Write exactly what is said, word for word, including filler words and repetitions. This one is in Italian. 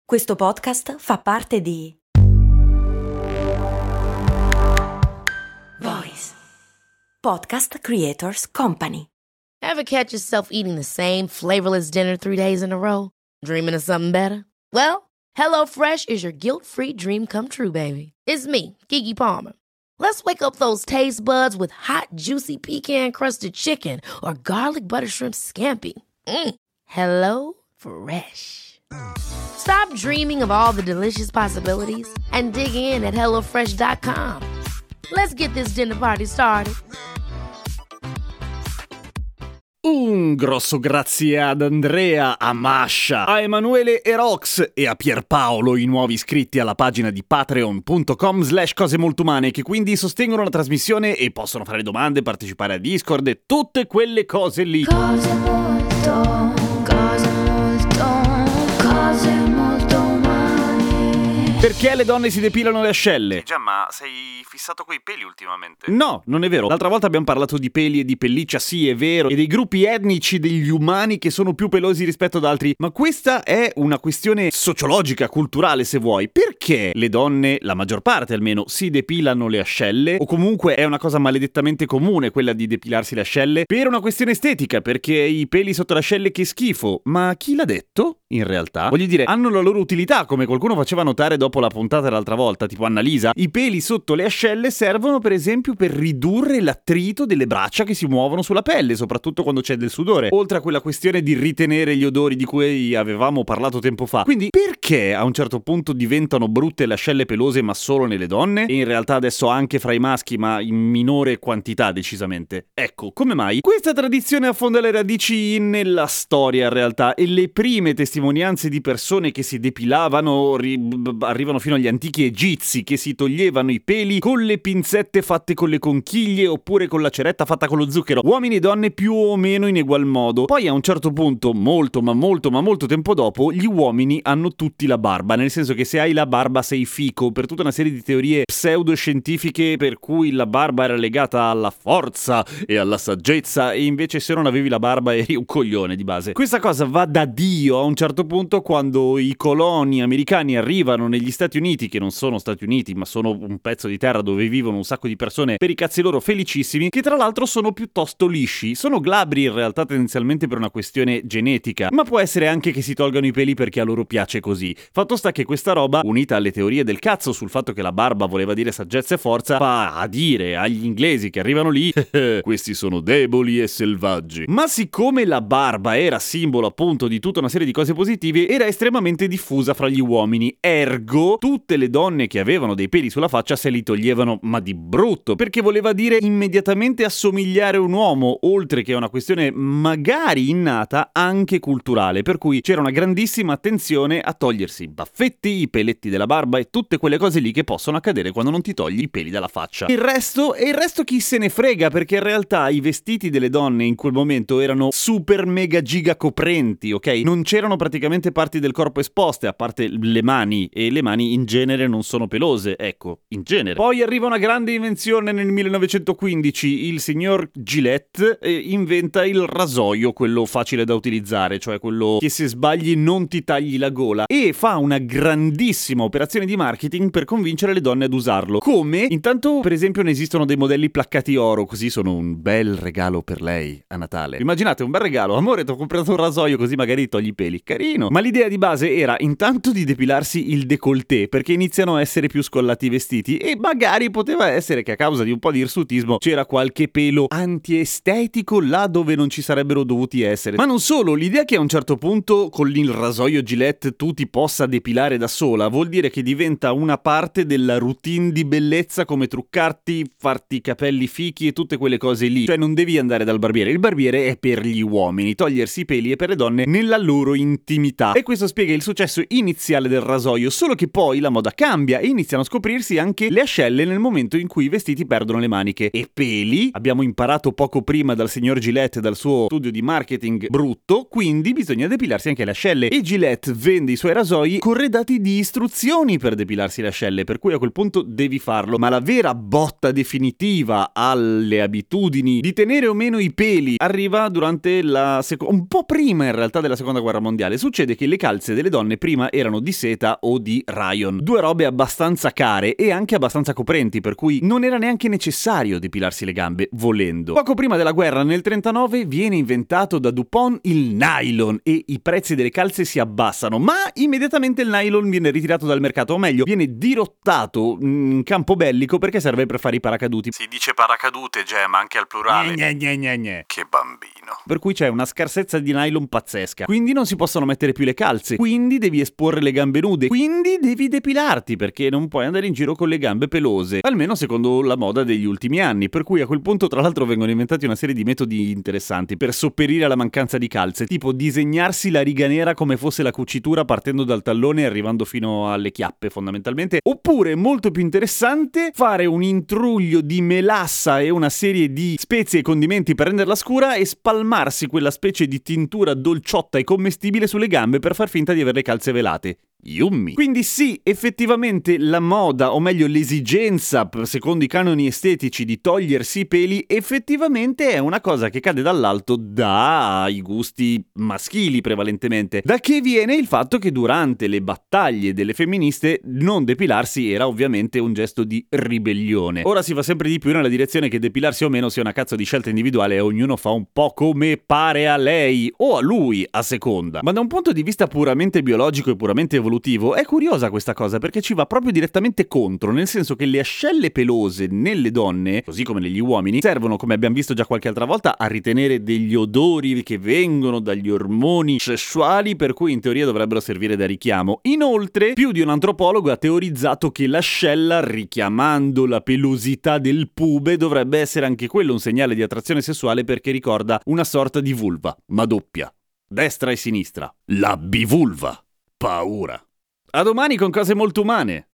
Questo podcast fa parte di Voice Podcast Creators Company. Ever catch yourself eating the same flavorless dinner three days in a row? Dreaming of something better? Well, HelloFresh is your guilt-free dream come true, baby. It's me, Keke Palmer. Let's wake up those taste buds with hot, juicy pecan-crusted chicken or garlic butter shrimp scampi. Mm. Hello Fresh. Stop dreaming of all the delicious possibilities and dig in at hello fresh dot com. Let's get this dinner party started. Un grosso grazie ad Andrea, a Masha, a Emanuele e Rox e a Pierpaolo, i nuovi iscritti alla pagina di patreon punto com slash cose molto umane, che quindi sostengono la trasmissione e possono fare domande, partecipare a Discord e tutte quelle cose lì. Cose molto, cose molto, cose molto umane. Perché le donne si depilano le ascelle? Già, ma sei fissato coi peli ultimamente? No, non è vero. L'altra volta abbiamo parlato di peli e di pelliccia, sì, è vero, e dei gruppi etnici degli umani che sono più pelosi rispetto ad altri, ma questa è una questione sociologica, culturale se vuoi. Perché le donne, la maggior parte almeno, si depilano le ascelle? O comunque è una cosa maledettamente comune quella di depilarsi le ascelle? Per una questione estetica, perché i peli sotto le ascelle che schifo. Ma chi l'ha detto? In realtà, voglio dire, hanno la loro utilità, come qualcuno faceva notare dopo la puntata dell'altra volta, tipo Annalisa. I peli sotto le ascelle servono per esempio per ridurre l'attrito delle braccia che si muovono sulla pelle, soprattutto quando c'è del sudore, oltre a quella questione di ritenere gli odori di cui avevamo parlato tempo fa. Quindi perché a un certo punto diventano brutte le ascelle pelose ma solo nelle donne? E in realtà adesso anche fra i maschi, ma in minore quantità decisamente. Ecco, come mai? Questa tradizione affonda le radici nella storia in realtà, e le prime testimonianze di persone che si depilavano ri- arrivano fino agli antichi egizi, che si toglievano i peli con le pinzette fatte con le conchiglie oppure con la ceretta fatta con lo zucchero. Uomini e donne più o meno in egual modo. Poi a un certo punto, molto ma molto ma molto tempo dopo, gli uomini hanno tutti la barba, nel senso che se hai la barba sei fico, per tutta una serie di teorie pseudoscientifiche per cui la barba era legata alla forza e alla saggezza, e invece se non avevi la barba eri un coglione di base. Questa cosa va da Dio a un certo punto, quando i coloni americani arrivano negli Stati Uniti, che non sono Stati Uniti ma sono un pezzo di terra dove vivono un sacco di persone per i cazzi loro felicissimi, che tra l'altro sono piuttosto lisci, sono glabri in realtà tendenzialmente per una questione genetica, ma può essere anche che si tolgano i peli perché a loro piace così. Fatto sta che questa roba, unita alle teorie del cazzo sul fatto che la barba voleva dire saggezza e forza, fa a dire agli inglesi che arrivano lì questi sono deboli e selvaggi. Ma siccome la barba era simbolo appunto di tutta una serie di cose positive, era estremamente diffusa fra gli uomini, ergo tutte le donne che avevano dei peli sulla faccia se li toglievano, ma di brutto, perché voleva dire immediatamente assomigliare a un uomo, oltre che a una questione magari innata anche culturale, per cui c'era una grandissima attenzione a togliersi i baffetti, i peletti della barba e tutte quelle cose lì che possono accadere quando non ti togli i peli dalla faccia. Il resto, e il resto chi se ne frega, perché in realtà i vestiti delle donne in quel momento erano super mega giga coprenti, ok? Non c'erano praticamente parti del corpo esposte, a parte le mani, e le mani in genere non sono pelose, ecco, in genere. Poi arriva una grande invenzione nel millenovecentoquindici, il signor Gillette eh, inventa il rasoio, quello facile da utilizzare, cioè quello che se sbagli non ti tagli la gola, e fa una grandissima operazione di marketing per convincere le donne ad usarlo. Come? Intanto per esempio ne esistono dei modelli placcati oro, così sono un bel regalo per lei a Natale. Immaginate un bel regalo: amore, ti ho comprato un rasoio così magari togli i peli. Carino. Ma l'idea di base era intanto di depilarsi il décolleté, perché iniziano a essere più scollati i vestiti, e magari poteva essere che a causa di un po' di irsutismo c'era qualche pelo antiestetico là dove non ci sarebbero dovuti essere. Ma non solo, l'idea che a un certo punto con il rasoio Gillette tu ti possa depilare da sola vuol dire che diventa una parte della routine di bellezza, come truccarti, farti i capelli fichi e tutte quelle cose lì. Cioè non devi andare dal barbiere, il barbiere è per gli uomini, togliersi i peli è per le donne nella loro intimità. E questo spiega il successo iniziale del rasoio, solo che poi la moda cambia e iniziano a scoprirsi anche le ascelle nel momento in cui i vestiti perdono le maniche. E peli, abbiamo imparato poco prima dal signor Gillette e dal suo studio di marketing brutto, quindi bisogna depilarsi anche le ascelle. E Gillette vende i suoi rasoi corredati di istruzioni per depilarsi le ascelle, per cui a quel punto devi farlo. Ma la vera botta definitiva alle abitudini di tenere o meno i peli arriva durante la seconda, un po' prima in realtà della seconda guerra mondiale. Succede che le calze delle donne prima erano di seta o di rayon, due robe abbastanza care e anche abbastanza coprenti, per cui non era neanche necessario depilarsi le gambe volendo. Poco prima della guerra, nel trentanove, viene inventato da DuPont il nylon e i prezzi delle calze si abbassano, ma immediatamente il nylon viene ritirato dal mercato, o meglio viene dirottato in campo bellico perché serve per fare i paracaduti. Si dice paracadute, Gem, anche al plurale. Gne, gne, gne, gne. Che bambino. Per cui c'è una scarsezza di nylon pazzesca, quindi non si possono mettere più le calze, quindi devi esporre le gambe nude, quindi devi depilarti perché non puoi andare in giro con le gambe pelose, almeno secondo la moda degli ultimi anni, per cui a quel punto tra l'altro vengono inventati una serie di metodi interessanti per sopperire alla mancanza di calze, tipo disegnarsi la riga nera come fosse la cucitura partendo dal tallone e arrivando fino alle chiappe fondamentalmente, oppure molto più interessante fare un intruglio di melassa e una serie di spezie e condimenti per renderla scura e spalmarsi quella specie di tintura dolciotta e commestibile sulle gambe per far finta di avere le calze velate. Yummy! Quindi sì, effettivamente la moda, o meglio l'esigenza, secondo i canoni estetici, di togliersi i peli, effettivamente è una cosa che cade dall'alto dai gusti maschili prevalentemente. Da che viene il fatto che durante le battaglie delle femministe non depilarsi era ovviamente un gesto di ribellione. Ora si va sempre di più nella direzione che depilarsi o meno sia una cazzo di scelta individuale e ognuno fa un po' come pare a lei o a lui, a seconda. Ma da un punto di vista puramente biologico e puramente evolutivo è curiosa questa cosa perché ci va proprio direttamente contro, nel senso che le ascelle pelose nelle donne, così come negli uomini, servono, come abbiamo visto già qualche altra volta, a ritenere degli odori che vengono dagli ormoni sessuali, per cui in teoria dovrebbero servire da richiamo. Inoltre, più di un antropologo ha teorizzato che l'ascella, richiamando la pelosità del pube, dovrebbe essere anche quello un segnale di attrazione sessuale perché ricorda una sorta di vulva, ma doppia, destra e sinistra, la bivulva. Paura. A domani con cose molto umane.